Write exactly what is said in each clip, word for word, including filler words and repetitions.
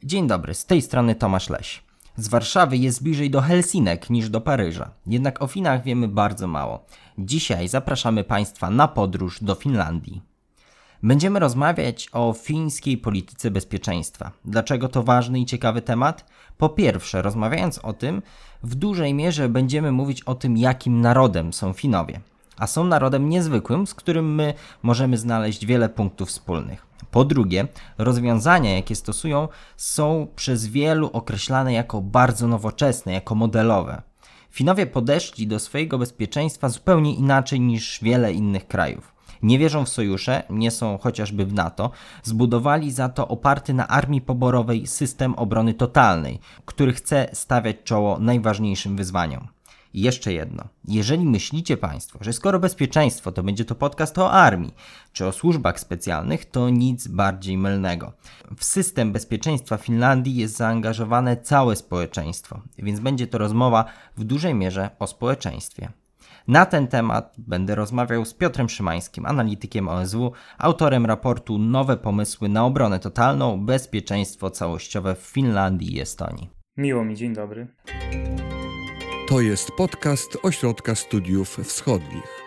Dzień dobry, z tej strony Tomasz Leś. Z Warszawy jest bliżej do Helsinek niż do Paryża, jednak o Finach wiemy bardzo mało. Dzisiaj zapraszamy Państwa na podróż do Finlandii. Będziemy rozmawiać o fińskiej polityce bezpieczeństwa. Dlaczego to ważny i ciekawy temat? Po pierwsze, rozmawiając o tym, w dużej mierze będziemy mówić o tym, jakim narodem są Finowie. A są narodem niezwykłym, z którym my możemy znaleźć wiele punktów wspólnych. Po drugie, rozwiązania, jakie stosują, są przez wielu określane jako bardzo nowoczesne, jako modelowe. Finowie podeszli do swojego bezpieczeństwa zupełnie inaczej niż wiele innych krajów. Nie wierzą w sojusze, nie są chociażby w NATO, zbudowali za to oparty na armii poborowej system obrony totalnej, który chce stawiać czoło najważniejszym wyzwaniom. I jeszcze jedno. Jeżeli myślicie Państwo, że skoro bezpieczeństwo to będzie to podcast o armii czy o służbach specjalnych, to nic bardziej mylnego. W system bezpieczeństwa Finlandii jest zaangażowane całe społeczeństwo, więc będzie to rozmowa w dużej mierze o społeczeństwie. Na ten temat będę rozmawiał z Piotrem Szymańskim, analitykiem O S W, autorem raportu Nowe pomysły na obronę totalną, bezpieczeństwo całościowe w Finlandii i Estonii. Miło mi, dzień dobry. To jest podcast Ośrodka Studiów Wschodnich.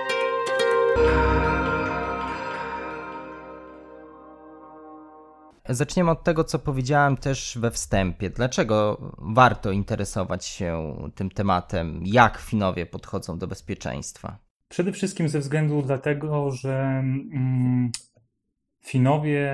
Zaczniemy od tego, co powiedziałem też we wstępie. Dlaczego warto interesować się tym tematem? Jak Finowie podchodzą do bezpieczeństwa? Przede wszystkim ze względu dlatego, że mm, Finowie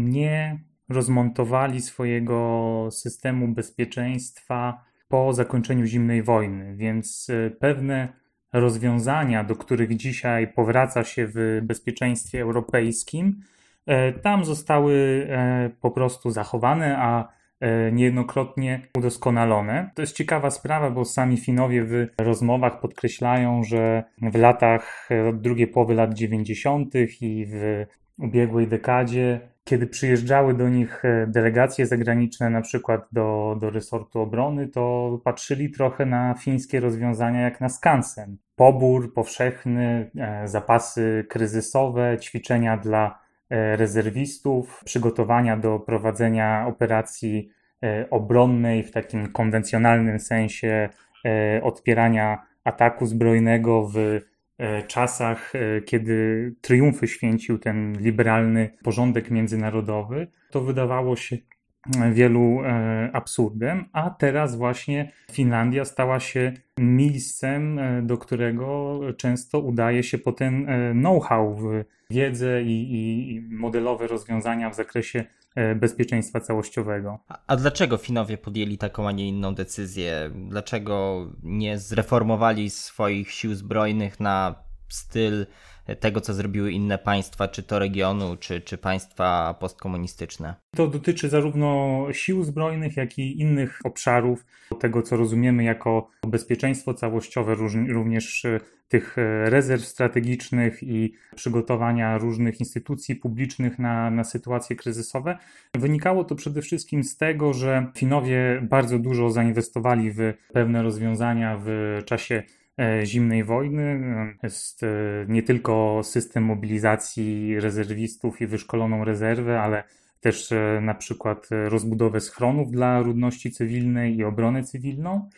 nie rozmontowali swojego systemu bezpieczeństwa po zakończeniu zimnej wojny, więc pewne rozwiązania, do których dzisiaj powraca się w bezpieczeństwie europejskim, tam zostały po prostu zachowane, a niejednokrotnie udoskonalone. To jest ciekawa sprawa, bo sami Finowie w rozmowach podkreślają, że w latach, od drugiej połowy lat dziewięćdziesiątych i w ubiegłej dekadzie, kiedy przyjeżdżały do nich delegacje zagraniczne, na przykład do, do resortu obrony, to patrzyli trochę na fińskie rozwiązania jak na skansen. Pobór powszechny, zapasy kryzysowe, ćwiczenia dla rezerwistów, przygotowania do prowadzenia operacji obronnej w takim konwencjonalnym sensie odpierania ataku zbrojnego w czasach, kiedy triumfy święcił ten liberalny porządek międzynarodowy, to wydawało się wielu absurdem, a teraz właśnie Finlandia stała się miejscem, do którego często udaje się po ten know-how, w wiedzę i, i, i modelowe rozwiązania w zakresie bezpieczeństwa całościowego. A, a dlaczego Finowie podjęli taką, a nie inną decyzję? Dlaczego nie zreformowali swoich sił zbrojnych na styl tego, co zrobiły inne państwa, czy to regionu, czy, czy państwa postkomunistyczne? To dotyczy zarówno sił zbrojnych, jak i innych obszarów tego, co rozumiemy jako bezpieczeństwo całościowe, również tych rezerw strategicznych i przygotowania różnych instytucji publicznych na, na sytuacje kryzysowe. Wynikało to przede wszystkim z tego, że Finowie bardzo dużo zainwestowali w pewne rozwiązania w czasie zimnej wojny. Jest nie tylko system mobilizacji rezerwistów i wyszkoloną rezerwę, ale też na przykład rozbudowę schronów dla ludności cywilnej i obronę cywilną.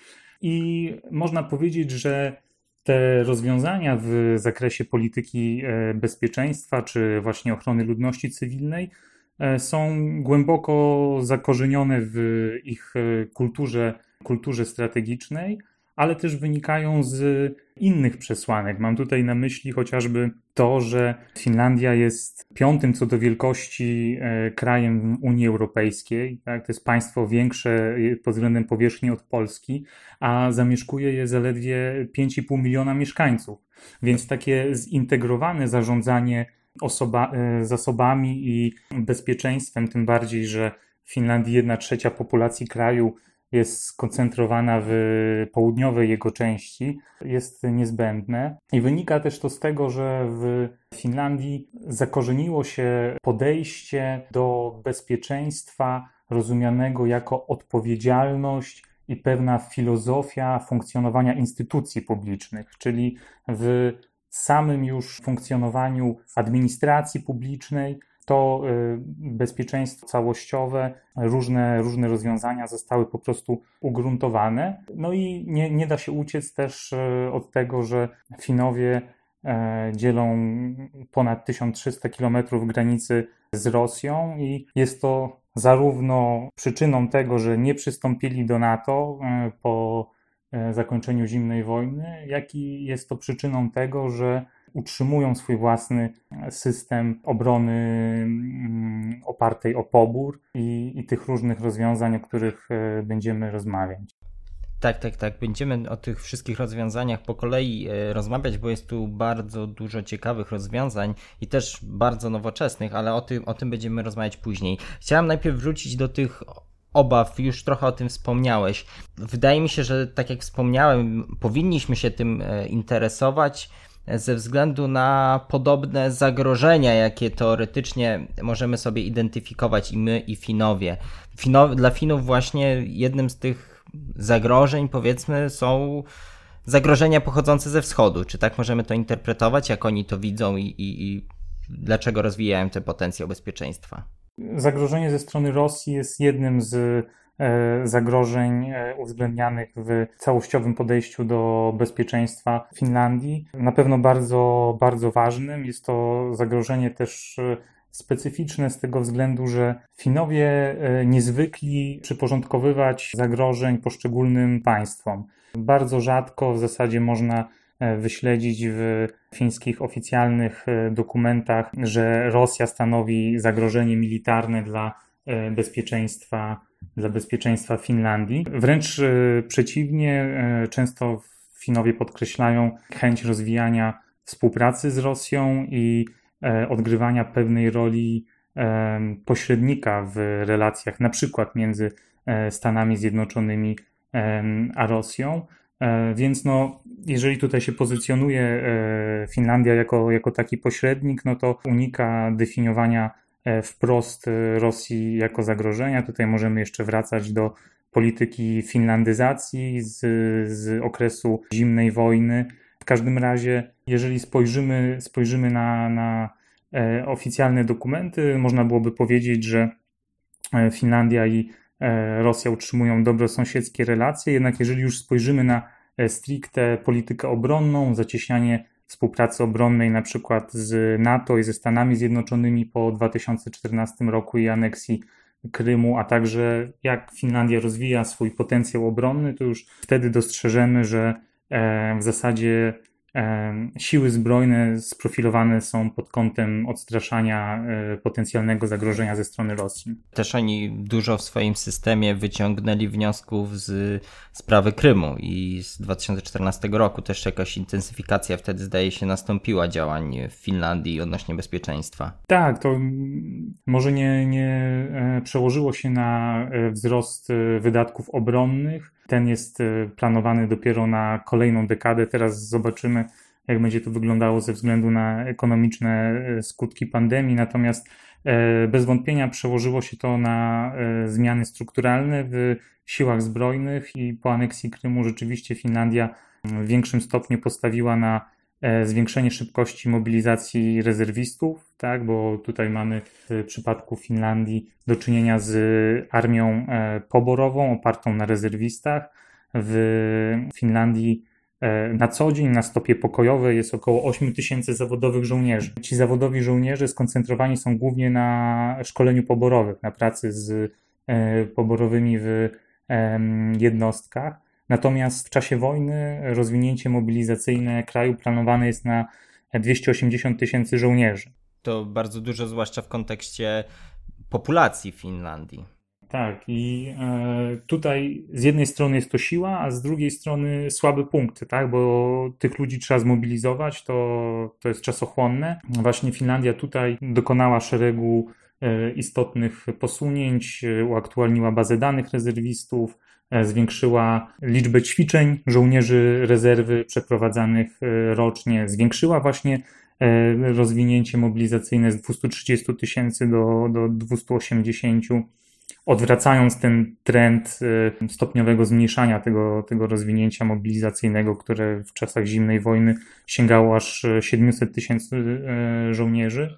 I można powiedzieć, że te rozwiązania w zakresie polityki bezpieczeństwa czy właśnie ochrony ludności cywilnej są głęboko zakorzenione w ich kulturze, kulturze strategicznej, ale też wynikają z innych przesłanek. Mam tutaj na myśli chociażby to, że Finlandia jest piątym co do wielkości krajem Unii Europejskiej. Tak? To jest państwo większe pod względem powierzchni od Polski, a zamieszkuje je zaledwie pięć i pół miliona mieszkańców. Więc takie zintegrowane zarządzanie osoba, zasobami i bezpieczeństwem, tym bardziej, że w Finlandii jedna trzecia populacji kraju jest skoncentrowana w południowej jego części, jest niezbędne. I wynika też to z tego, że w Finlandii zakorzeniło się podejście do bezpieczeństwa rozumianego jako odpowiedzialność i pewna filozofia funkcjonowania instytucji publicznych, czyli w samym już funkcjonowaniu administracji publicznej to bezpieczeństwo całościowe, różne, różne rozwiązania zostały po prostu ugruntowane. No i nie, nie da się uciec też od tego, że Finowie dzielą ponad tysiąc trzysta kilometrów granicy z Rosją i jest to zarówno przyczyną tego, że nie przystąpili do NATO po zakończeniu zimnej wojny, jak i jest to przyczyną tego, że utrzymują swój własny system obrony opartej o pobór i, i tych różnych rozwiązań, o których będziemy rozmawiać. Tak, tak, tak. Będziemy o tych wszystkich rozwiązaniach po kolei rozmawiać, bo jest tu bardzo dużo ciekawych rozwiązań i też bardzo nowoczesnych, ale o tym, o tym będziemy rozmawiać później. Chciałem najpierw wrócić do tych obaw, już trochę o tym wspomniałeś. Wydaje mi się, że tak jak wspomniałem, powinniśmy się tym interesować ze względu na podobne zagrożenia, jakie teoretycznie możemy sobie identyfikować i my, i Finowie. Fino, dla Finów właśnie jednym z tych zagrożeń, powiedzmy, są zagrożenia pochodzące ze wschodu. Czy tak możemy to interpretować, jak oni to widzą i, i, i dlaczego rozwijają ten potencjał bezpieczeństwa? Zagrożenie ze strony Rosji jest jednym z zagrożeń uwzględnianych w całościowym podejściu do bezpieczeństwa Finlandii. Na pewno bardzo, bardzo ważnym. Jest to zagrożenie też specyficzne z tego względu, że Finowie nie zwykli przyporządkowywać zagrożeń poszczególnym państwom. Bardzo rzadko w zasadzie można wyśledzić w fińskich oficjalnych dokumentach, że Rosja stanowi zagrożenie militarne dla bezpieczeństwa, dla bezpieczeństwa Finlandii. Wręcz przeciwnie, często Finowie podkreślają chęć rozwijania współpracy z Rosją i odgrywania pewnej roli pośrednika w relacjach na przykład między Stanami Zjednoczonymi a Rosją. Więc no, jeżeli tutaj się pozycjonuje Finlandia jako, jako taki pośrednik, no to unika definiowania wprost Rosji jako zagrożenia. Tutaj możemy jeszcze wracać do polityki finlandyzacji z, z okresu zimnej wojny. W każdym razie, jeżeli spojrzymy, spojrzymy na, na oficjalne dokumenty, można byłoby powiedzieć, że Finlandia i Rosja utrzymują dobrosąsiedzkie relacje, jednak jeżeli już spojrzymy na stricte politykę obronną, zacieśnianie współpracy obronnej na przykład z NATO i ze Stanami Zjednoczonymi po dwa tysiące czternastym roku i aneksji Krymu, a także jak Finlandia rozwija swój potencjał obronny, to już wtedy dostrzeżemy, że w zasadzie siły zbrojne sprofilowane są pod kątem odstraszania potencjalnego zagrożenia ze strony Rosji. Też oni dużo w swoim systemie wyciągnęli wniosków z sprawy Krymu i z dwa tysiące czternastego roku też jakaś intensyfikacja wtedy, zdaje się, nastąpiła działań w Finlandii odnośnie bezpieczeństwa. Tak, to może nie, nie przełożyło się na wzrost wydatków obronnych. Ten jest planowany dopiero na kolejną dekadę. Teraz zobaczymy, jak będzie to wyglądało ze względu na ekonomiczne skutki pandemii. Natomiast bez wątpienia przełożyło się to na zmiany strukturalne w siłach zbrojnych i po aneksji Krymu rzeczywiście Finlandia w większym stopniu postawiła na zwiększenie szybkości mobilizacji rezerwistów, tak, bo tutaj mamy w przypadku Finlandii do czynienia z armią poborową opartą na rezerwistach. W Finlandii na co dzień na stopie pokojowej jest około osiem tysięcy zawodowych żołnierzy. Ci zawodowi żołnierze skoncentrowani są głównie na szkoleniu poborowych, na pracy z poborowymi w jednostkach. Natomiast w czasie wojny rozwinięcie mobilizacyjne kraju planowane jest na dwieście osiemdziesiąt tysięcy żołnierzy. To bardzo dużo, zwłaszcza w kontekście populacji Finlandii. Tak, i tutaj z jednej strony jest to siła, a z drugiej strony słaby punkt, tak, bo tych ludzi trzeba zmobilizować, to, to jest czasochłonne. Właśnie Finlandia tutaj dokonała szeregu istotnych posunięć, uaktualniła bazę danych rezerwistów, zwiększyła liczbę ćwiczeń żołnierzy rezerwy przeprowadzanych rocznie, zwiększyła właśnie rozwinięcie mobilizacyjne z dwieście trzydzieści tysięcy do, do dwieście osiemdziesiąt, odwracając ten trend stopniowego zmniejszania tego, tego rozwinięcia mobilizacyjnego, które w czasach zimnej wojny sięgało aż siedemset tysięcy żołnierzy.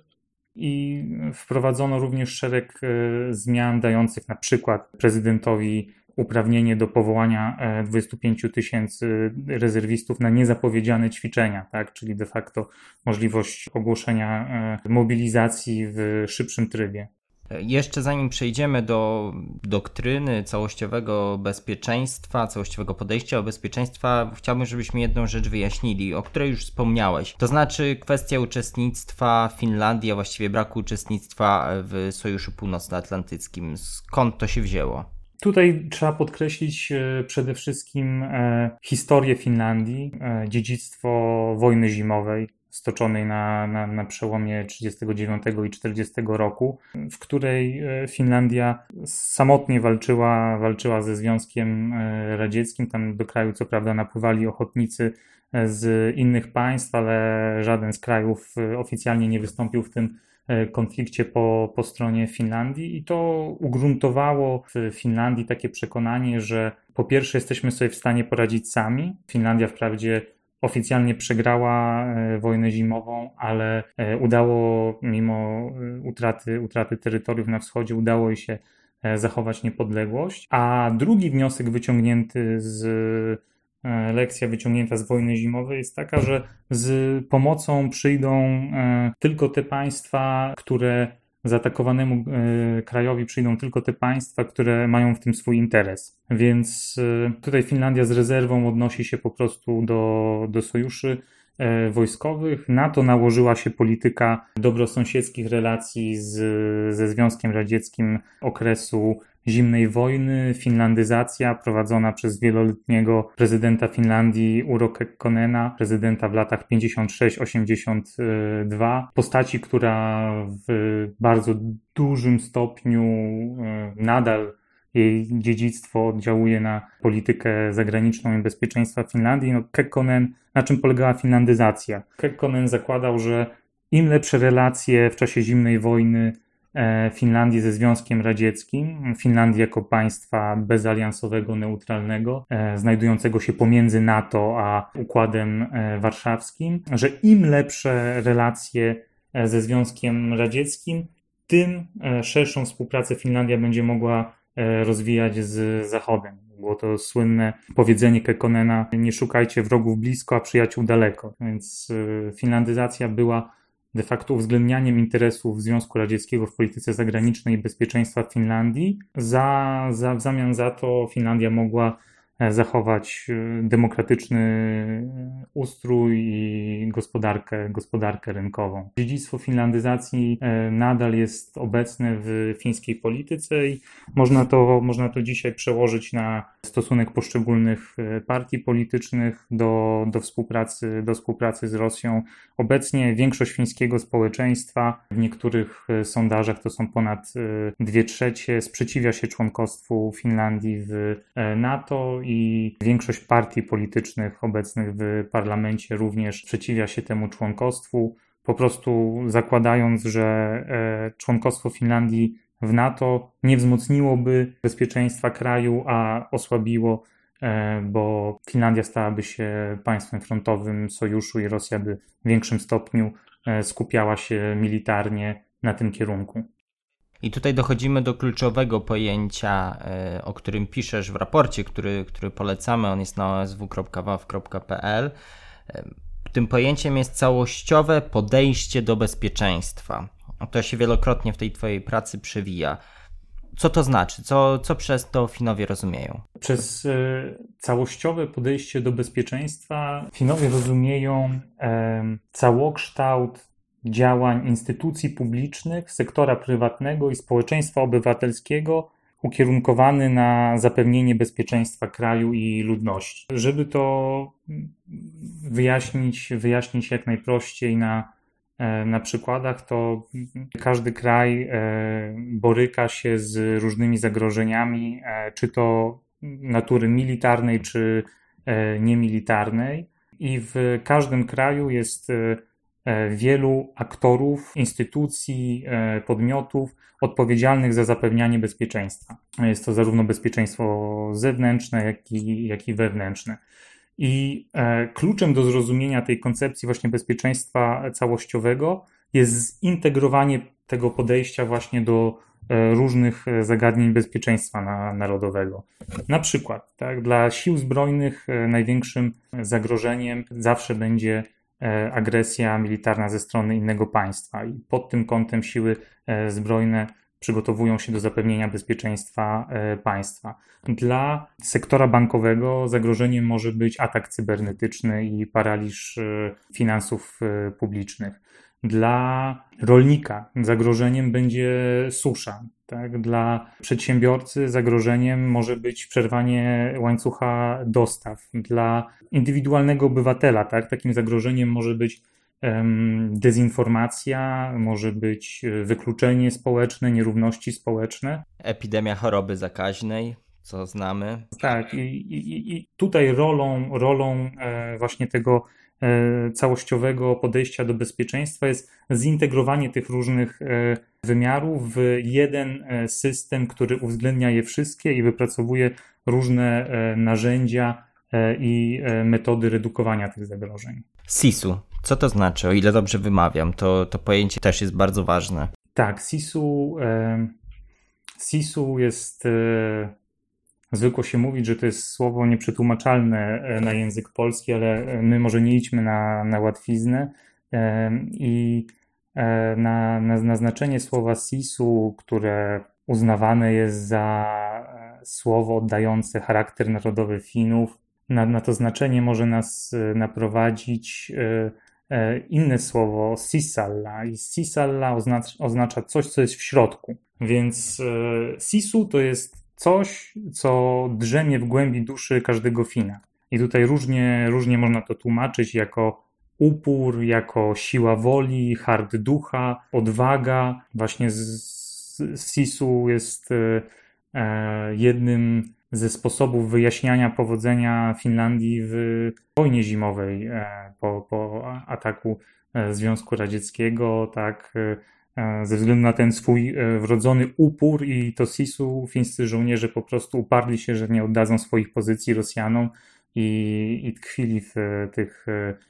i wprowadzono również szereg zmian dających na przykład prezydentowi uprawnienie do powołania dwudziestu pięciu tysięcy rezerwistów na niezapowiedziane ćwiczenia, tak? Czyli de facto możliwość ogłoszenia mobilizacji w szybszym trybie. Jeszcze zanim przejdziemy do doktryny całościowego bezpieczeństwa, całościowego podejścia do bezpieczeństwa, chciałbym, żebyśmy jedną rzecz wyjaśnili, o której już wspomniałeś. To znaczy kwestia uczestnictwa Finlandii, a właściwie braku uczestnictwa w Sojuszu Północnoatlantyckim. Skąd to się wzięło? Tutaj trzeba podkreślić przede wszystkim historię Finlandii, dziedzictwo wojny zimowej stoczonej na, na, na przełomie trzydziestego dziewiątego i czterdziestego roku, w której Finlandia samotnie walczyła, walczyła ze Związkiem Radzieckim. Tam do kraju co prawda napływali ochotnicy z innych państw, ale żaden z krajów oficjalnie nie wystąpił w tym konflikcie po, po stronie Finlandii i to ugruntowało w Finlandii takie przekonanie, że po pierwsze jesteśmy sobie w stanie poradzić sami. Finlandia wprawdzie oficjalnie przegrała wojnę zimową, ale udało, mimo utraty, utraty terytoriów na wschodzie, udało jej się zachować niepodległość. A drugi wniosek wyciągnięty z lekcja wyciągnięta z wojny zimowej jest taka, że z pomocą przyjdą tylko te państwa, które zaatakowanemu krajowi przyjdą tylko te państwa, które mają w tym swój interes. Więc tutaj Finlandia z rezerwą odnosi się po prostu do, do sojuszy wojskowych. Na to nałożyła się polityka dobrosąsiedzkich relacji z, ze Związkiem Radzieckim okresu zimnej wojny, finlandyzacja prowadzona przez wieloletniego prezydenta Finlandii Urho Kekkonena, prezydenta w latach pięćdziesiąt sześć osiemdziesiąt dwa, postaci, która w bardzo dużym stopniu nadal jej dziedzictwo oddziałuje na politykę zagraniczną i bezpieczeństwa Finlandii. No, Kekkonen, na czym polegała finlandyzacja? Kekkonen zakładał, że im lepsze relacje w czasie zimnej wojny Finlandii ze Związkiem Radzieckim, Finlandii jako państwa bezaliansowego, neutralnego, znajdującego się pomiędzy NATO a Układem Warszawskim, że im lepsze relacje ze Związkiem Radzieckim, tym szerszą współpracę Finlandia będzie mogła rozwijać z Zachodem. Było to słynne powiedzenie Kekkonena: nie szukajcie wrogów blisko, a przyjaciół daleko. Więc finlandyzacja była de facto uwzględnianiem interesów Związku Radzieckiego w polityce zagranicznej i bezpieczeństwa Finlandii. Za, za, w zamian za to Finlandia mogła zachować demokratyczny ustrój i gospodarkę, gospodarkę rynkową. Dziedzictwo finlandyzacji nadal jest obecne w fińskiej polityce i można to, można to dzisiaj przełożyć na stosunek poszczególnych partii politycznych do, do, współpracy, do współpracy z Rosją. Obecnie większość fińskiego społeczeństwa, w niektórych sondażach to są ponad dwie trzecie, sprzeciwia się członkostwu Finlandii w NATO i większość partii politycznych obecnych w parlamencie również sprzeciwia się temu członkostwu, po prostu zakładając, że członkostwo Finlandii w NATO nie wzmocniłoby bezpieczeństwa kraju, a osłabiło, bo Finlandia stałaby się państwem frontowym sojuszu i Rosja by w większym stopniu skupiała się militarnie na tym kierunku. I tutaj dochodzimy do kluczowego pojęcia, o którym piszesz w raporcie, który, który polecamy. On jest na o s w kropka w a w kropka p l. Tym pojęciem jest całościowe podejście do bezpieczeństwa. To się wielokrotnie w tej twojej pracy przewija. Co to znaczy? Co, co przez to Finowie rozumieją? Przez e, całościowe podejście do bezpieczeństwa Finowie rozumieją e, całokształt działań instytucji publicznych, sektora prywatnego i społeczeństwa obywatelskiego ukierunkowany na zapewnienie bezpieczeństwa kraju i ludności. Żeby to wyjaśnić, wyjaśnić jak najprościej na, na przykładach, to każdy kraj boryka się z różnymi zagrożeniami, czy to natury militarnej, czy niemilitarnej, i w każdym kraju jest wielu aktorów, instytucji, podmiotów odpowiedzialnych za zapewnianie bezpieczeństwa. Jest to zarówno bezpieczeństwo zewnętrzne, jak i, jak i wewnętrzne. I kluczem do zrozumienia tej koncepcji właśnie bezpieczeństwa całościowego jest zintegrowanie tego podejścia właśnie do różnych zagadnień bezpieczeństwa narodowego. Na przykład, tak, dla sił zbrojnych największym zagrożeniem zawsze będzie agresja militarna ze strony innego państwa i pod tym kątem siły zbrojne przygotowują się do zapewnienia bezpieczeństwa państwa. Dla sektora bankowego zagrożeniem może być atak cybernetyczny i paraliż finansów publicznych. Dla rolnika zagrożeniem będzie susza. Tak? Dla przedsiębiorcy zagrożeniem może być przerwanie łańcucha dostaw. Dla indywidualnego obywatela tak? Takim zagrożeniem może być um, dezinformacja, może być wykluczenie społeczne, nierówności społeczne. Epidemia choroby zakaźnej, co znamy. Tak, i, i, i tutaj rolą, rolą e, właśnie tego całościowego podejścia do bezpieczeństwa jest zintegrowanie tych różnych wymiarów w jeden system, który uwzględnia je wszystkie i wypracowuje różne narzędzia i metody redukowania tych zagrożeń. sisu, co to znaczy? O ile dobrze wymawiam, to, to pojęcie też jest bardzo ważne. Tak, sisu, sisu jest... Zwykło się mówić, że to jest słowo nieprzetłumaczalne na język polski, ale my może nie idźmy na, na łatwiznę i na, na, na znaczenie słowa sisu, które uznawane jest za słowo oddające charakter narodowy Finów, na, na to znaczenie może nas naprowadzić inne słowo sisalla i sisalla oznacza, oznacza coś, co jest w środku, więc sisu to jest coś, co drzemie w głębi duszy każdego Fina. I tutaj różnie, różnie można to tłumaczyć jako upór, jako siła woli, hart ducha, odwaga. Właśnie z, z sisu jest e, jednym ze sposobów wyjaśniania powodzenia Finlandii w wojnie zimowej e, po, po ataku Związku Radzieckiego, tak, ze względu na ten swój wrodzony upór i to sisu fińscy żołnierze po prostu uparli się, że nie oddadzą swoich pozycji Rosjanom i, i tkwili w tych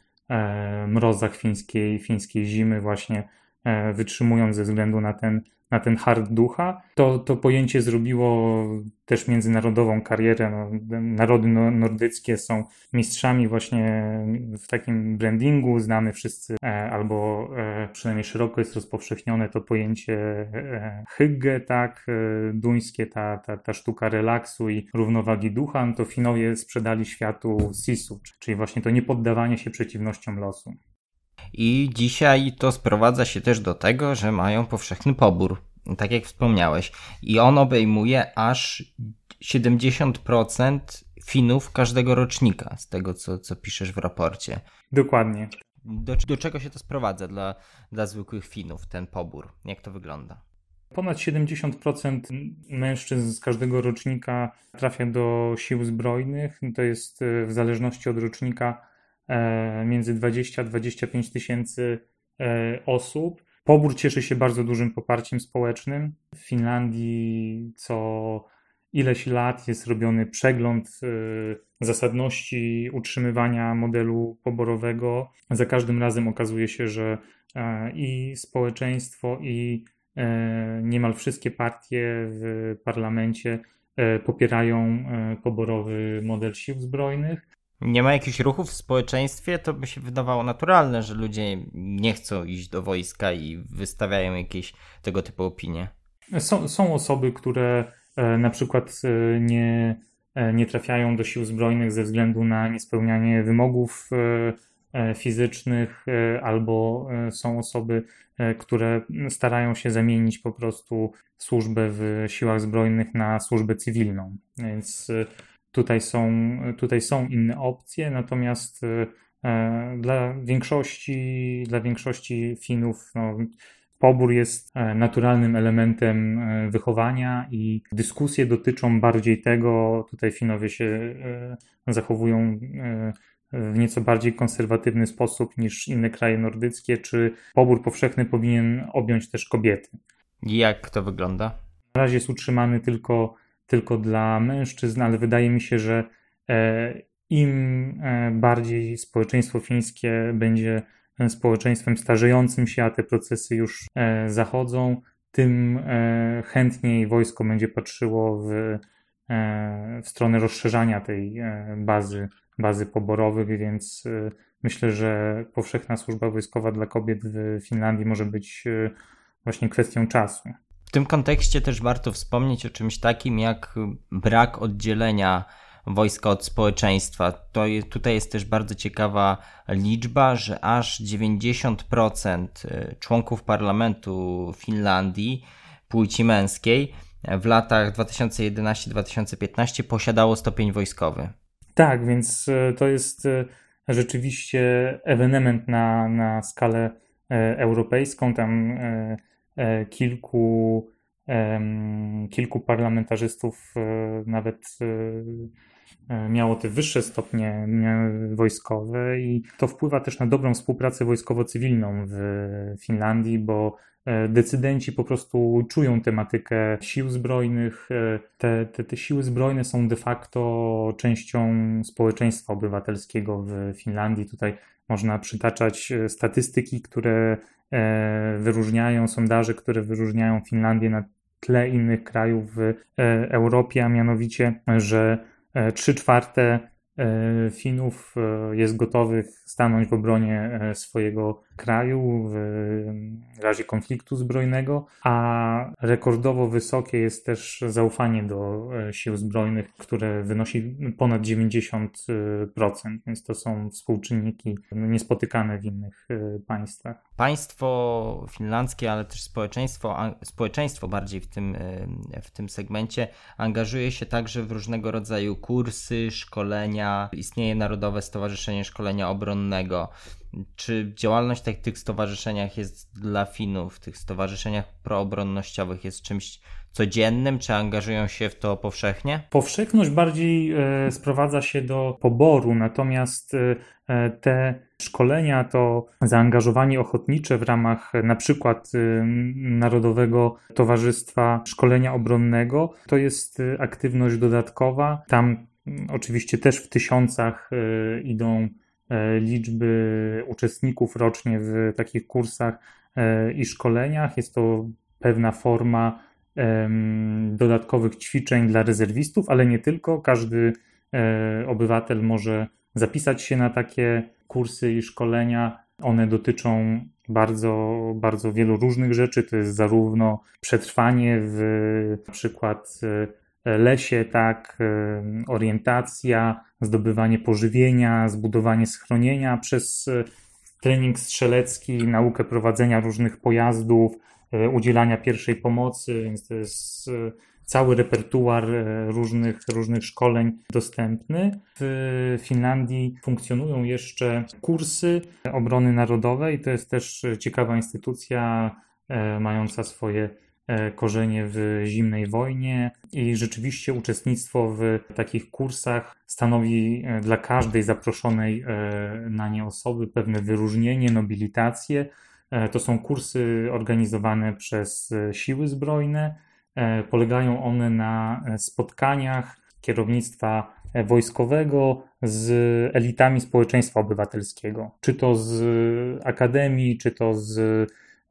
e, mrozach fińskiej, fińskiej zimy właśnie e, wytrzymując ze względu na ten, na ten hart ducha. To, to pojęcie zrobiło też międzynarodową karierę. No, narody nordyckie są mistrzami właśnie w takim brandingu. Znamy wszyscy, e, albo e, przynajmniej szeroko jest rozpowszechnione to pojęcie e, hygge, tak, e, duńskie, ta, ta, ta sztuka relaksu i równowagi ducha. No to Finowie sprzedali światu sisu, czyli właśnie to niepoddawanie się przeciwnościom losu. I dzisiaj to sprowadza się też do tego, że mają powszechny pobór, tak jak wspomniałeś. I on obejmuje aż siedemdziesiąt procent Finów każdego rocznika, z tego co, co piszesz w raporcie. Dokładnie. Do, do czego się to sprowadza dla, dla zwykłych Finów, ten pobór? Jak to wygląda? Ponad siedemdziesiąt procent mężczyzn z każdego rocznika trafia do sił zbrojnych. To jest w zależności od rocznika między dwadzieścia a dwadzieścia pięć tysięcy osób. Pobór cieszy się bardzo dużym poparciem społecznym. W Finlandii co ileś lat jest robiony przegląd zasadności utrzymywania modelu poborowego. Za każdym razem okazuje się, że i społeczeństwo, i niemal wszystkie partie w parlamencie popierają poborowy model sił zbrojnych. Nie ma jakichś ruchów w społeczeństwie, to by się wydawało naturalne, że ludzie nie chcą iść do wojska i wystawiają jakieś tego typu opinie. Są, są osoby, które na przykład nie, nie trafiają do sił zbrojnych ze względu na niespełnianie wymogów fizycznych, albo są osoby, które starają się zamienić po prostu służbę w siłach zbrojnych na służbę cywilną. Więc Tutaj są, tutaj są inne opcje, natomiast e, dla większości, dla większości Finów no, pobór jest naturalnym elementem wychowania i dyskusje dotyczą bardziej tego, tutaj Finowie się e, zachowują e, w nieco bardziej konserwatywny sposób niż inne kraje nordyckie, czy pobór powszechny powinien objąć też kobiety. Jak to wygląda? Na razie jest utrzymany tylko tylko dla mężczyzn, ale wydaje mi się, że im bardziej społeczeństwo fińskie będzie społeczeństwem starzejącym się, a te procesy już zachodzą, tym chętniej wojsko będzie patrzyło w, w stronę rozszerzania tej bazy, bazy poborowych, więc myślę, że powszechna służba wojskowa dla kobiet w Finlandii może być właśnie kwestią czasu. W tym kontekście też warto wspomnieć o czymś takim jak brak oddzielenia wojska od społeczeństwa. To jest, tutaj jest też bardzo ciekawa liczba, że aż dziewięćdziesiąt procent członków parlamentu Finlandii płci męskiej w latach dwa tysiące jedenaście do dwa tysiące piętnaście posiadało stopień wojskowy. Tak, więc to jest rzeczywiście ewenement na, na skalę europejską. Tam kilku, kilku parlamentarzystów nawet miało te wyższe stopnie wojskowe i to wpływa też na dobrą współpracę wojskowo-cywilną w Finlandii, bo decydenci po prostu czują tematykę sił zbrojnych. Te, te, te siły zbrojne są de facto częścią społeczeństwa obywatelskiego w Finlandii. Tutaj można przytaczać statystyki, które wyróżniają, sondaże, które wyróżniają Finlandię na tle innych krajów w Europie, a mianowicie, że trzy czwarte Finów jest gotowych stanąć w obronie swojego kraju w razie konfliktu zbrojnego, a rekordowo wysokie jest też zaufanie do sił zbrojnych, które wynosi ponad dziewięćdziesiąt procent, więc to są współczynniki niespotykane w innych państwach. Państwo finlandzkie, ale też społeczeństwo, społeczeństwo bardziej w tym, w tym segmencie angażuje się także w różnego rodzaju kursy, szkolenia. Istnieje Narodowe Stowarzyszenie Szkolenia Obronnego. Czy działalność w tych stowarzyszeniach jest dla Finów, w tych stowarzyszeniach proobronnościowych jest czymś codziennym, czy angażują się w to powszechnie? Powszechność bardziej e, sprowadza się do poboru, natomiast e, te szkolenia, to zaangażowanie ochotnicze w ramach na przykład e, Narodowego Towarzystwa Szkolenia Obronnego, to jest e, aktywność dodatkowa. Tam m, oczywiście też w tysiącach e, idą liczby uczestników rocznie w takich kursach i szkoleniach. Jest to pewna forma dodatkowych ćwiczeń dla rezerwistów, ale nie tylko. Każdy obywatel może zapisać się na takie kursy i szkolenia. One dotyczą bardzo, bardzo wielu różnych rzeczy. To jest zarówno przetrwanie w na przykład lesie, tak, orientacja, zdobywanie pożywienia, zbudowanie schronienia przez trening strzelecki, naukę prowadzenia różnych pojazdów, udzielania pierwszej pomocy, więc to jest cały repertuar różnych, różnych szkoleń dostępny. W Finlandii funkcjonują jeszcze kursy obrony narodowej. To jest też ciekawa instytucja mająca swoje korzenie w zimnej wojnie i rzeczywiście uczestnictwo w takich kursach stanowi dla każdej zaproszonej na nie osoby pewne wyróżnienie, nobilitację. To są kursy organizowane przez siły zbrojne. Polegają one na spotkaniach kierownictwa wojskowego z elitami społeczeństwa obywatelskiego. Czy to z akademii, czy to z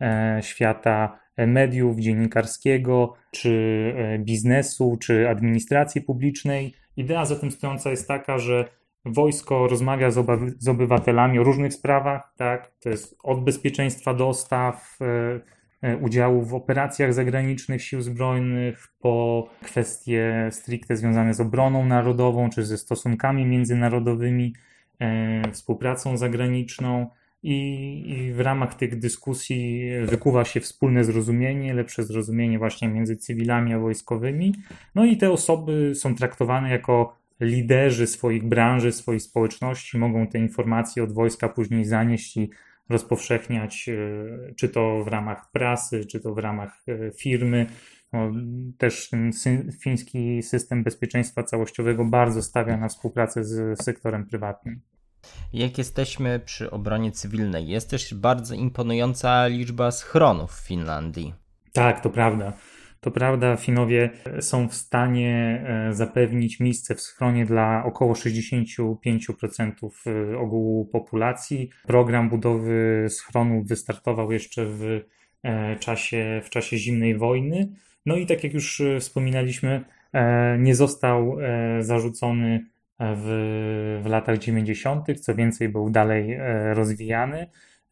świata mediów, dziennikarskiego, czy biznesu, czy administracji publicznej. Idea za tym stojąca jest taka, że wojsko rozmawia z, oby- z obywatelami o różnych sprawach, tak? To jest od bezpieczeństwa dostaw, e, udziału w operacjach zagranicznych sił zbrojnych, po kwestie stricte związane z obroną narodową, czy ze stosunkami międzynarodowymi, e, współpracą zagraniczną. I, I w ramach tych dyskusji wykuwa się wspólne zrozumienie, lepsze zrozumienie właśnie między cywilami a wojskowymi. No i te osoby są traktowane jako liderzy swoich branży, swoich społeczności, mogą te informacje od wojska później zanieść i rozpowszechniać, czy to w ramach prasy, czy to w ramach firmy. No, też ten fiński system bezpieczeństwa całościowego bardzo stawia na współpracę z sektorem prywatnym. Jak jesteśmy przy obronie cywilnej, jest też bardzo imponująca liczba schronów w Finlandii. Tak, to prawda. To prawda, Finowie są w stanie zapewnić miejsce w schronie dla około sześćdziesiąt pięć procent ogółu populacji. Program budowy schronów wystartował jeszcze w czasie, w czasie zimnej wojny. No i tak jak już wspominaliśmy, nie został zarzucony w, w latach dziewięćdziesiątych. Co więcej, był dalej rozwijany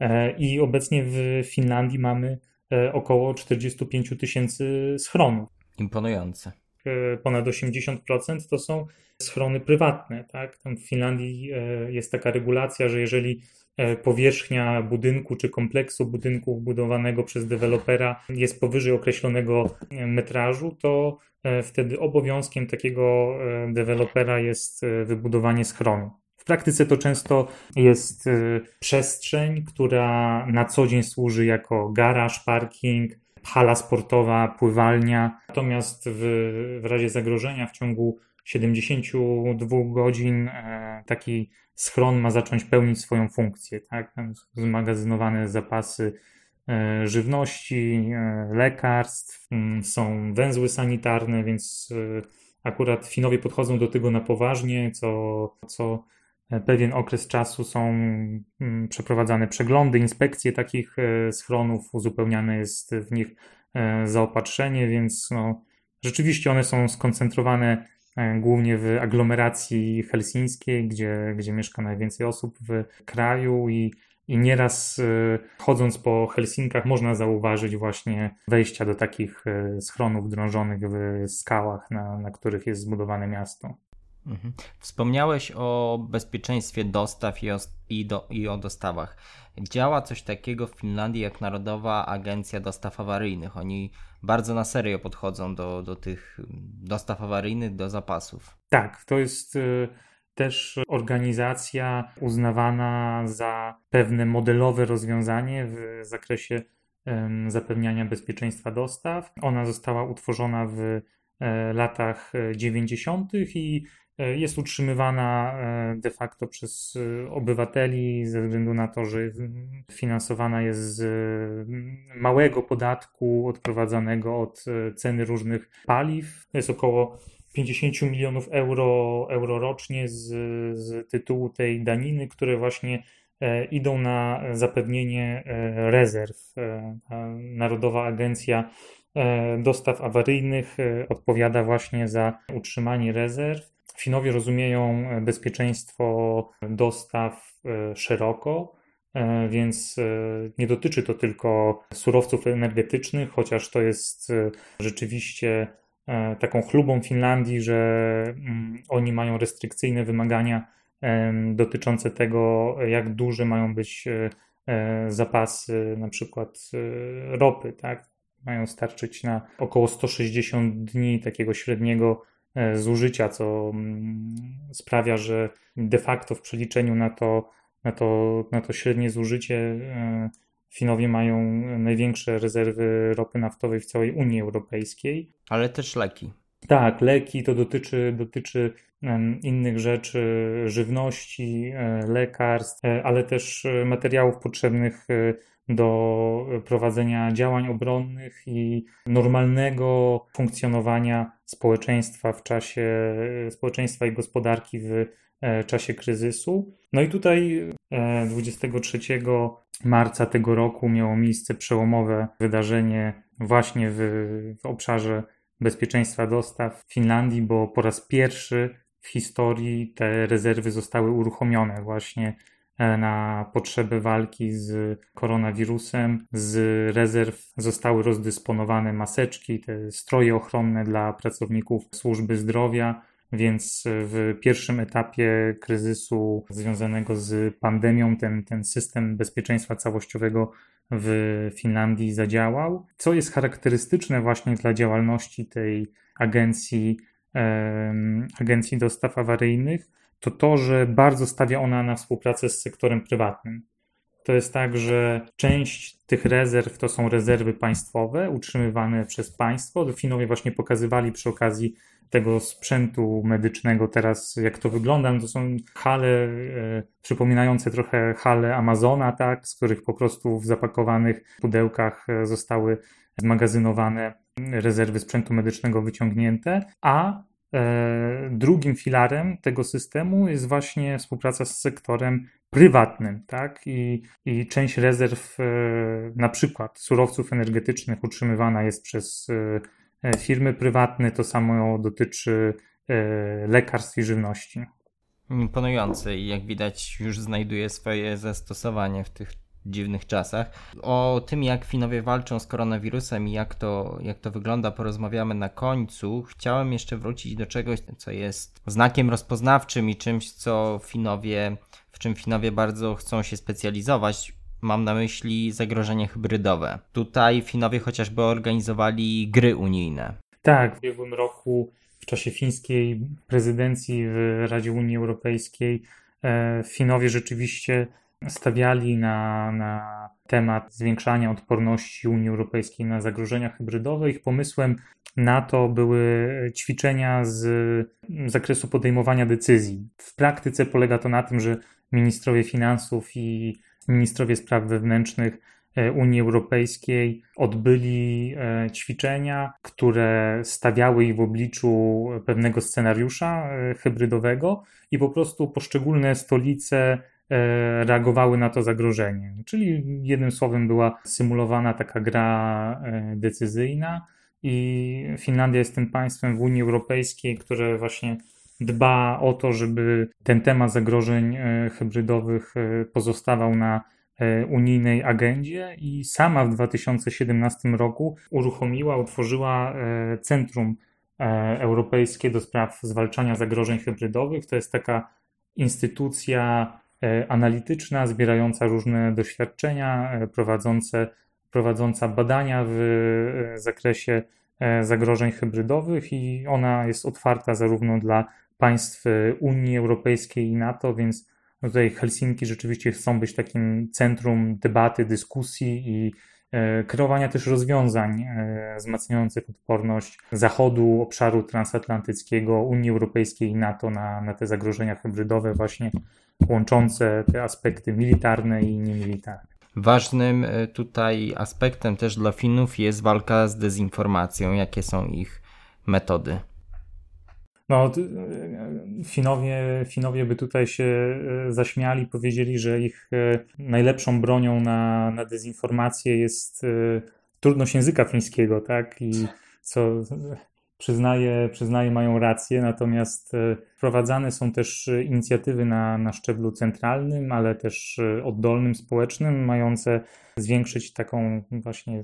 i obecnie w Finlandii mamy około czterdzieści pięć tysięcy schronów. Imponujące. Ponad osiemdziesiąt procent to są schrony prywatne. Tak? Tam w Finlandii jest taka regulacja, że jeżeli powierzchnia budynku czy kompleksu budynków budowanego przez dewelopera jest powyżej określonego metrażu, to wtedy obowiązkiem takiego dewelopera jest wybudowanie schronu. W praktyce to często jest przestrzeń, która na co dzień służy jako garaż, parking, hala sportowa, pływalnia. Natomiast w, w razie zagrożenia w ciągu siedemdziesiąt dwa godzin taki schron ma zacząć pełnić swoją funkcję. Tak? Tam zmagazynowane zapasy żywności, lekarstw, są węzły sanitarne, więc akurat Finowie podchodzą do tego na poważnie, co, co pewien okres czasu są przeprowadzane przeglądy, inspekcje takich schronów, uzupełniane jest w nich zaopatrzenie, więc no, rzeczywiście one są skoncentrowane głównie w aglomeracji helsińskiej, gdzie, gdzie mieszka najwięcej osób w kraju i, i nieraz chodząc po Helsinkach można zauważyć właśnie wejścia do takich schronów drążonych w skałach, na, na których jest zbudowane miasto. Mhm. Wspomniałeś o bezpieczeństwie dostaw i o, i, do, i o dostawach. Działa coś takiego w Finlandii jak Narodowa Agencja Dostaw Awaryjnych. Oni bardzo na serio podchodzą do, do tych dostaw awaryjnych, do zapasów. Tak, to jest y, też organizacja uznawana za pewne modelowe rozwiązanie w zakresie y, zapewniania bezpieczeństwa dostaw. Ona została utworzona w y, latach dziewięćdziesiątych i jest utrzymywana de facto przez obywateli ze względu na to, że finansowana jest z małego podatku odprowadzanego od ceny różnych paliw. To jest około pięćdziesiąt milionów euro, euro rocznie z, z tytułu tej daniny, które właśnie idą na zapewnienie rezerw. Narodowa Agencja Dostaw Awaryjnych odpowiada właśnie za utrzymanie rezerw. Finowie rozumieją bezpieczeństwo dostaw szeroko, więc nie dotyczy to tylko surowców energetycznych, chociaż to jest rzeczywiście taką chlubą Finlandii, że oni mają restrykcyjne wymagania dotyczące tego, jak duże mają być zapasy na przykład ropy, tak? Mają starczyć na około sto sześćdziesiąt dni takiego średniego zużycia, co sprawia, że de facto w przeliczeniu na to, na to, na to średnie zużycie Finowie mają największe rezerwy ropy naftowej w całej Unii Europejskiej. Ale też leki. Tak, leki to dotyczy, dotyczy innych rzeczy, żywności, lekarstw, ale też materiałów potrzebnych do prowadzenia działań obronnych i normalnego funkcjonowania społeczeństwa w czasie, społeczeństwa i gospodarki w czasie kryzysu. No i tutaj dwudziestego trzeciego marca tego roku miało miejsce przełomowe wydarzenie właśnie w, w obszarze bezpieczeństwa dostaw w Finlandii, bo po raz pierwszy w historii te rezerwy zostały uruchomione właśnie na potrzeby walki z koronawirusem. Z rezerw zostały rozdysponowane maseczki, te stroje ochronne dla pracowników służby zdrowia, więc w pierwszym etapie kryzysu związanego z pandemią ten, ten system bezpieczeństwa całościowego w Finlandii zadziałał. Co jest charakterystyczne właśnie dla działalności tej agencji, e, agencji dostaw awaryjnych, to to, że bardzo stawia ona na współpracę z sektorem prywatnym. To jest tak, że część tych rezerw to są rezerwy państwowe utrzymywane przez państwo. Finowie właśnie pokazywali przy okazji tego sprzętu medycznego teraz, jak to wygląda. No to są hale e, przypominające trochę hale Amazona, tak, z których po prostu w zapakowanych pudełkach zostały zmagazynowane rezerwy sprzętu medycznego wyciągnięte, a e, drugim filarem tego systemu jest właśnie współpraca z sektorem prywatnym, tak? I, i część rezerw, e, na przykład surowców energetycznych, utrzymywana jest przez e, firmy prywatne, to samo dotyczy e, lekarstw i żywności. Imponujący i jak widać już znajduje swoje zastosowanie w tych dziwnych czasach. O tym, jak Finowie walczą z koronawirusem i jak to, jak to wygląda, porozmawiamy na końcu. Chciałem jeszcze wrócić do czegoś, co jest znakiem rozpoznawczym i czymś, co Finowie, w czym Finowie bardzo chcą się specjalizować. Mam na myśli zagrożenie hybrydowe. Tutaj Finowie chociażby organizowali gry unijne. Tak, w ubiegłym roku w czasie fińskiej prezydencji w Radzie Unii Europejskiej Finowie rzeczywiście stawiali na, na temat zwiększania odporności Unii Europejskiej na zagrożenia hybrydowe. Ich pomysłem na to były ćwiczenia z zakresu podejmowania decyzji. W praktyce polega to na tym, że ministrowie finansów i ministrowie spraw wewnętrznych Unii Europejskiej odbyli ćwiczenia, które stawiały ich w obliczu pewnego scenariusza hybrydowego i po prostu poszczególne stolice reagowały na to zagrożenie. Czyli jednym słowem była symulowana taka gra decyzyjna i Finlandia jest tym państwem w Unii Europejskiej, które właśnie dba o to, żeby ten temat zagrożeń hybrydowych pozostawał na unijnej agendzie i sama w dwa tysiące siedemnastym roku uruchomiła, utworzyła Centrum Europejskie do spraw zwalczania zagrożeń hybrydowych. To jest taka instytucja analityczna, zbierająca różne doświadczenia, prowadzące, prowadząca badania w zakresie zagrożeń hybrydowych i ona jest otwarta zarówno dla państw Unii Europejskiej i NATO, więc tutaj Helsinki rzeczywiście chcą być takim centrum debaty, dyskusji i kreowania też rozwiązań wzmacniających odporność Zachodu, obszaru transatlantyckiego, Unii Europejskiej i NATO na, na te zagrożenia hybrydowe, właśnie łączące te aspekty militarne i niemilitarne. Ważnym tutaj aspektem też dla Finów jest walka z dezinformacją. Jakie są ich metody? No, Finowie, Finowie by tutaj się zaśmiali, powiedzieli, że ich najlepszą bronią na, na dezinformację jest trudność języka fińskiego, tak? I co przyznaję, przyznaję mają rację, natomiast wprowadzane są też inicjatywy na, na szczeblu centralnym, ale też oddolnym, społecznym, mające zwiększyć taką właśnie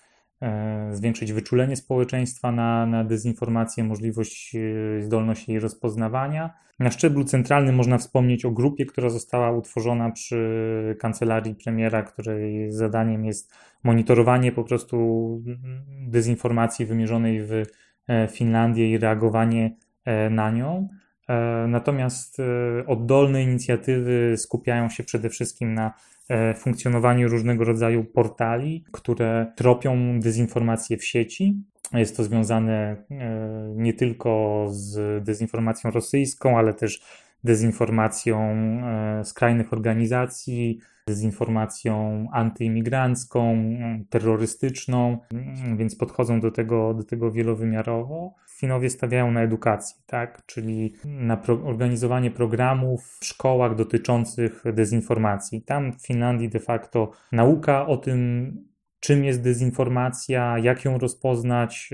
zwiększyć wyczulenie społeczeństwa na, na dezinformację, możliwość, zdolność jej rozpoznawania. Na szczeblu centralnym można wspomnieć o grupie, która została utworzona przy kancelarii premiera, której zadaniem jest monitorowanie po prostu dezinformacji wymierzonej w Finlandię i reagowanie na nią. Natomiast oddolne inicjatywy skupiają się przede wszystkim na funkcjonowaniu różnego rodzaju portali, które tropią dezinformacje w sieci. Jest to związane nie tylko z dezinformacją rosyjską, ale też dezinformacją skrajnych organizacji, dezinformacją antyimigrancką, terrorystyczną, więc podchodzą do tego, do tego wielowymiarowo. Finowie stawiają na edukację, tak? Czyli na pro- organizowanie programów w szkołach dotyczących dezinformacji. Tam w Finlandii de facto nauka o tym, czym jest dezinformacja, jak ją rozpoznać,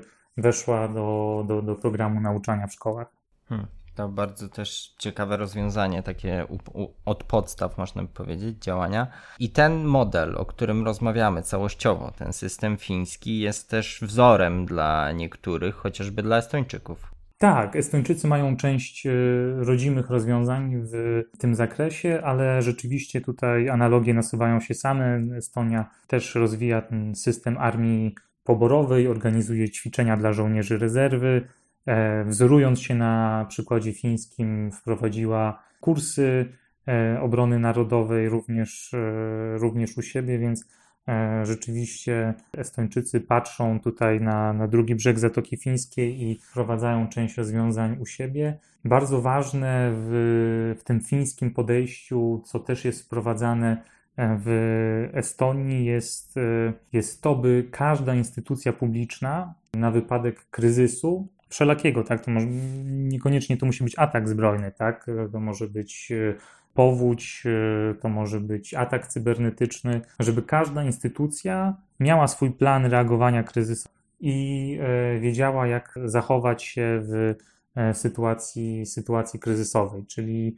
weszła do, do, do programu nauczania w szkołach. Hmm. To bardzo też ciekawe rozwiązanie, takie u, u, od podstaw można by powiedzieć, działania. I ten model, o którym rozmawiamy całościowo, ten system fiński jest też wzorem dla niektórych, chociażby dla Estończyków. Tak, Estończycy mają część rodzimych rozwiązań w tym zakresie, ale rzeczywiście tutaj analogie nasuwają się same. Estonia też rozwija ten system armii poborowej, organizuje ćwiczenia dla żołnierzy rezerwy. Wzorując się na przykładzie fińskim, wprowadziła kursy obrony narodowej również, również u siebie, więc rzeczywiście Estończycy patrzą tutaj na, na drugi brzeg Zatoki Fińskiej i wprowadzają część rozwiązań u siebie. Bardzo ważne w, w tym fińskim podejściu, co też jest wprowadzane w Estonii, jest, jest to, by każda instytucja publiczna na wypadek kryzysu wszelakiego, tak? To może, niekoniecznie to musi być atak zbrojny, tak? To może być powódź, to może być atak cybernetyczny, żeby każda instytucja miała swój plan reagowania kryzysu i wiedziała, jak zachować się w sytuacji, sytuacji kryzysowej, czyli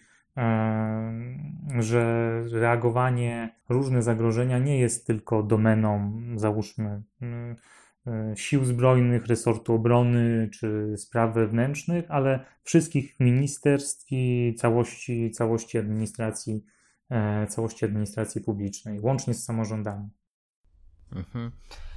że reagowanie różne zagrożenia nie jest tylko domeną, załóżmy, sił zbrojnych, resortu obrony czy spraw wewnętrznych, ale wszystkich ministerstw i całości, całości administracji, całości administracji publicznej, łącznie z samorządami. Mhm.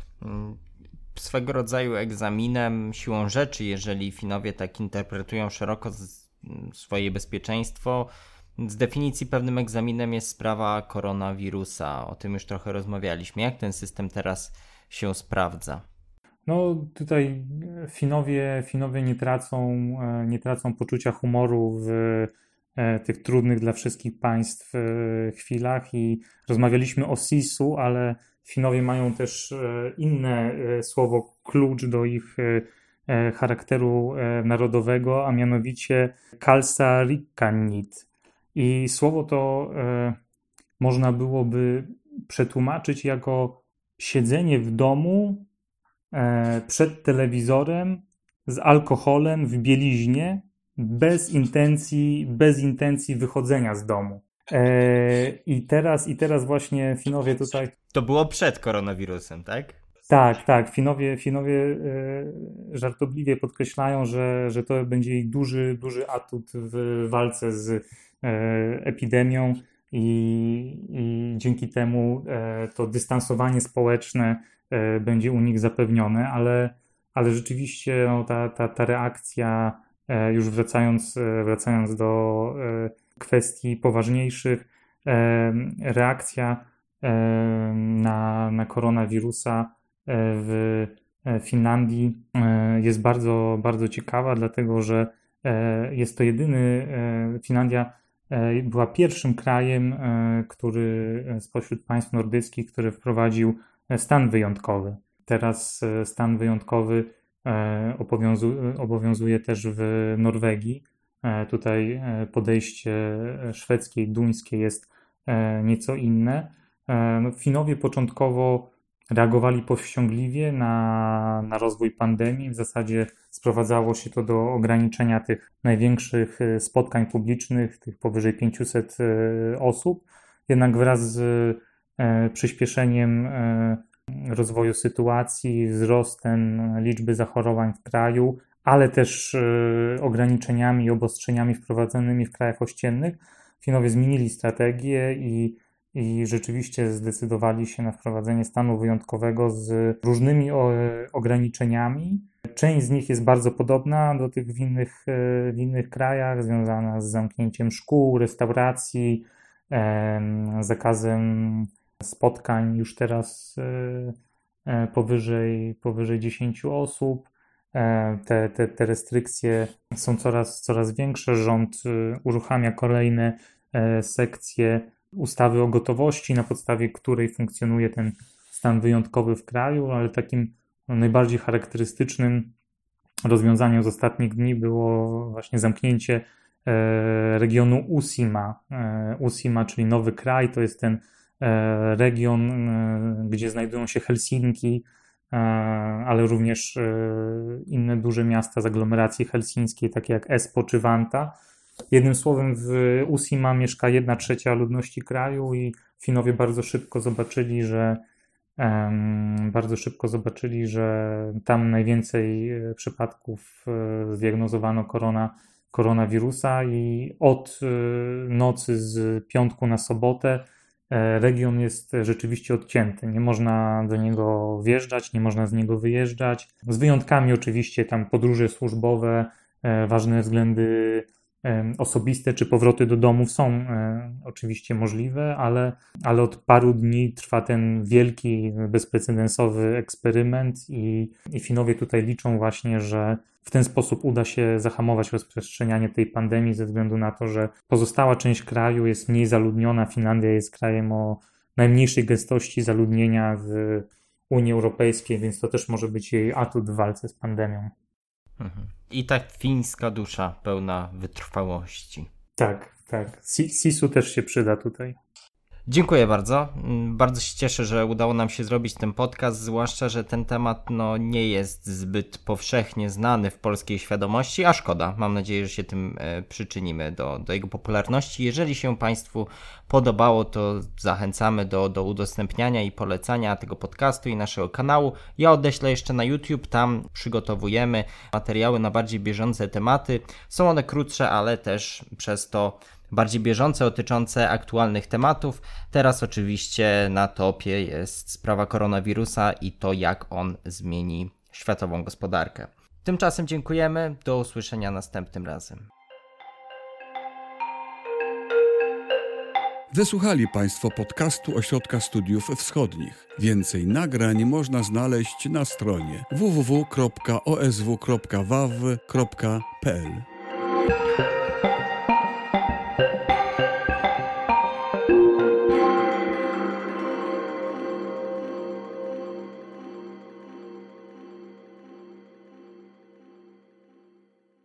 Swego rodzaju egzaminem siłą rzeczy, jeżeli Finowie tak interpretują szeroko swoje bezpieczeństwo, z definicji pewnym egzaminem jest sprawa koronawirusa. O tym już trochę rozmawialiśmy. Jak ten system teraz się sprawdza? No tutaj Finowie, Finowie nie tracą, nie tracą poczucia humoru w tych trudnych dla wszystkich państw chwilach i rozmawialiśmy o S I S-u, ale Finowie mają też inne słowo klucz do ich charakteru narodowego, a mianowicie kalsarikanit. I słowo to można byłoby przetłumaczyć jako siedzenie w domu przed telewizorem z alkoholem w bieliźnie, bez intencji, bez intencji wychodzenia z domu. I teraz, i teraz właśnie Finowie tutaj... To było przed koronawirusem, tak? Tak, tak. Finowie, Finowie żartobliwie podkreślają, że, że to będzie ich duży, duży atut w walce z epidemią i, i dzięki temu to dystansowanie społeczne będzie u nich zapewnione, ale, ale rzeczywiście no, ta, ta, ta reakcja, już wracając, wracając do kwestii poważniejszych, reakcja na, na koronawirusa w Finlandii jest bardzo, bardzo ciekawa, dlatego że jest to jedyny, Finlandia była pierwszym krajem, który spośród państw nordyckich, który wprowadził stan wyjątkowy. Teraz stan wyjątkowy obowiązuje, obowiązuje też w Norwegii. Tutaj podejście szwedzkie i duńskie jest nieco inne. No, Finowie początkowo reagowali powściągliwie na, na rozwój pandemii. W zasadzie sprowadzało się to do ograniczenia tych największych spotkań publicznych, tych powyżej pięciuset osób. Jednak wraz z przyspieszeniem rozwoju sytuacji, wzrostem liczby zachorowań w kraju, ale też ograniczeniami i obostrzeniami wprowadzonymi w krajach ościennych, Finowie zmienili strategię i, i rzeczywiście zdecydowali się na wprowadzenie stanu wyjątkowego z różnymi ograniczeniami. Część z nich jest bardzo podobna do tych w innych, w innych krajach, związana z zamknięciem szkół, restauracji, zakazem spotkań już teraz powyżej, powyżej dziesięciu osób. Te, te, te restrykcje są coraz, coraz większe. Rząd uruchamia kolejne sekcje ustawy o gotowości, na podstawie której funkcjonuje ten stan wyjątkowy w kraju, ale takim najbardziej charakterystycznym rozwiązaniem z ostatnich dni było właśnie zamknięcie regionu Uusimaa. Uusimaa, czyli nowy kraj, to jest ten region, gdzie znajdują się Helsinki, ale również inne duże miasta z aglomeracji helsińskiej, takie jak Espoo czy Vantaa. Jednym słowem, w Uusimaa mieszka jedna trzecia ludności kraju i Finowie bardzo szybko zobaczyli, że bardzo szybko zobaczyli, że tam najwięcej przypadków zdiagnozowano korona, koronawirusa i od nocy z piątku na sobotę region jest rzeczywiście odcięty. Nie można do niego wjeżdżać, nie można z niego wyjeżdżać. Z wyjątkami oczywiście tam podróże służbowe, ważne względy osobiste czy powroty do domów są oczywiście możliwe, ale, ale od paru dni trwa ten wielki, bezprecedensowy eksperyment i, i Finowie tutaj liczą właśnie, że w ten sposób uda się zahamować rozprzestrzenianie tej pandemii ze względu na to, że pozostała część kraju jest mniej zaludniona. Finlandia jest krajem o najmniejszej gęstości zaludnienia w, Unii Europejskiej, więc to też może być jej atut w walce z pandemią. Mhm. I ta fińska dusza pełna wytrwałości. Tak, tak. Sisu też się przyda tutaj. Dziękuję bardzo. Bardzo się cieszę, że udało nam się zrobić ten podcast, zwłaszcza, że ten temat no, nie jest zbyt powszechnie znany w polskiej świadomości, a szkoda. Mam nadzieję, że się tym e, przyczynimy do, do jego popularności. Jeżeli się Państwu podobało, to zachęcamy do, do udostępniania i polecania tego podcastu i naszego kanału. Ja odeślę jeszcze na YouTube, tam przygotowujemy materiały na bardziej bieżące tematy. Są one krótsze, ale też przez to bardziej bieżące, dotyczące aktualnych tematów. Teraz oczywiście na topie jest sprawa koronawirusa i to, jak on zmieni światową gospodarkę. Tymczasem dziękujemy. Do usłyszenia następnym razem. Wysłuchali Państwo podcastu Ośrodka Studiów Wschodnich. Więcej nagrań można znaleźć na stronie w w w kropka o s w kropka w a w kropka p l.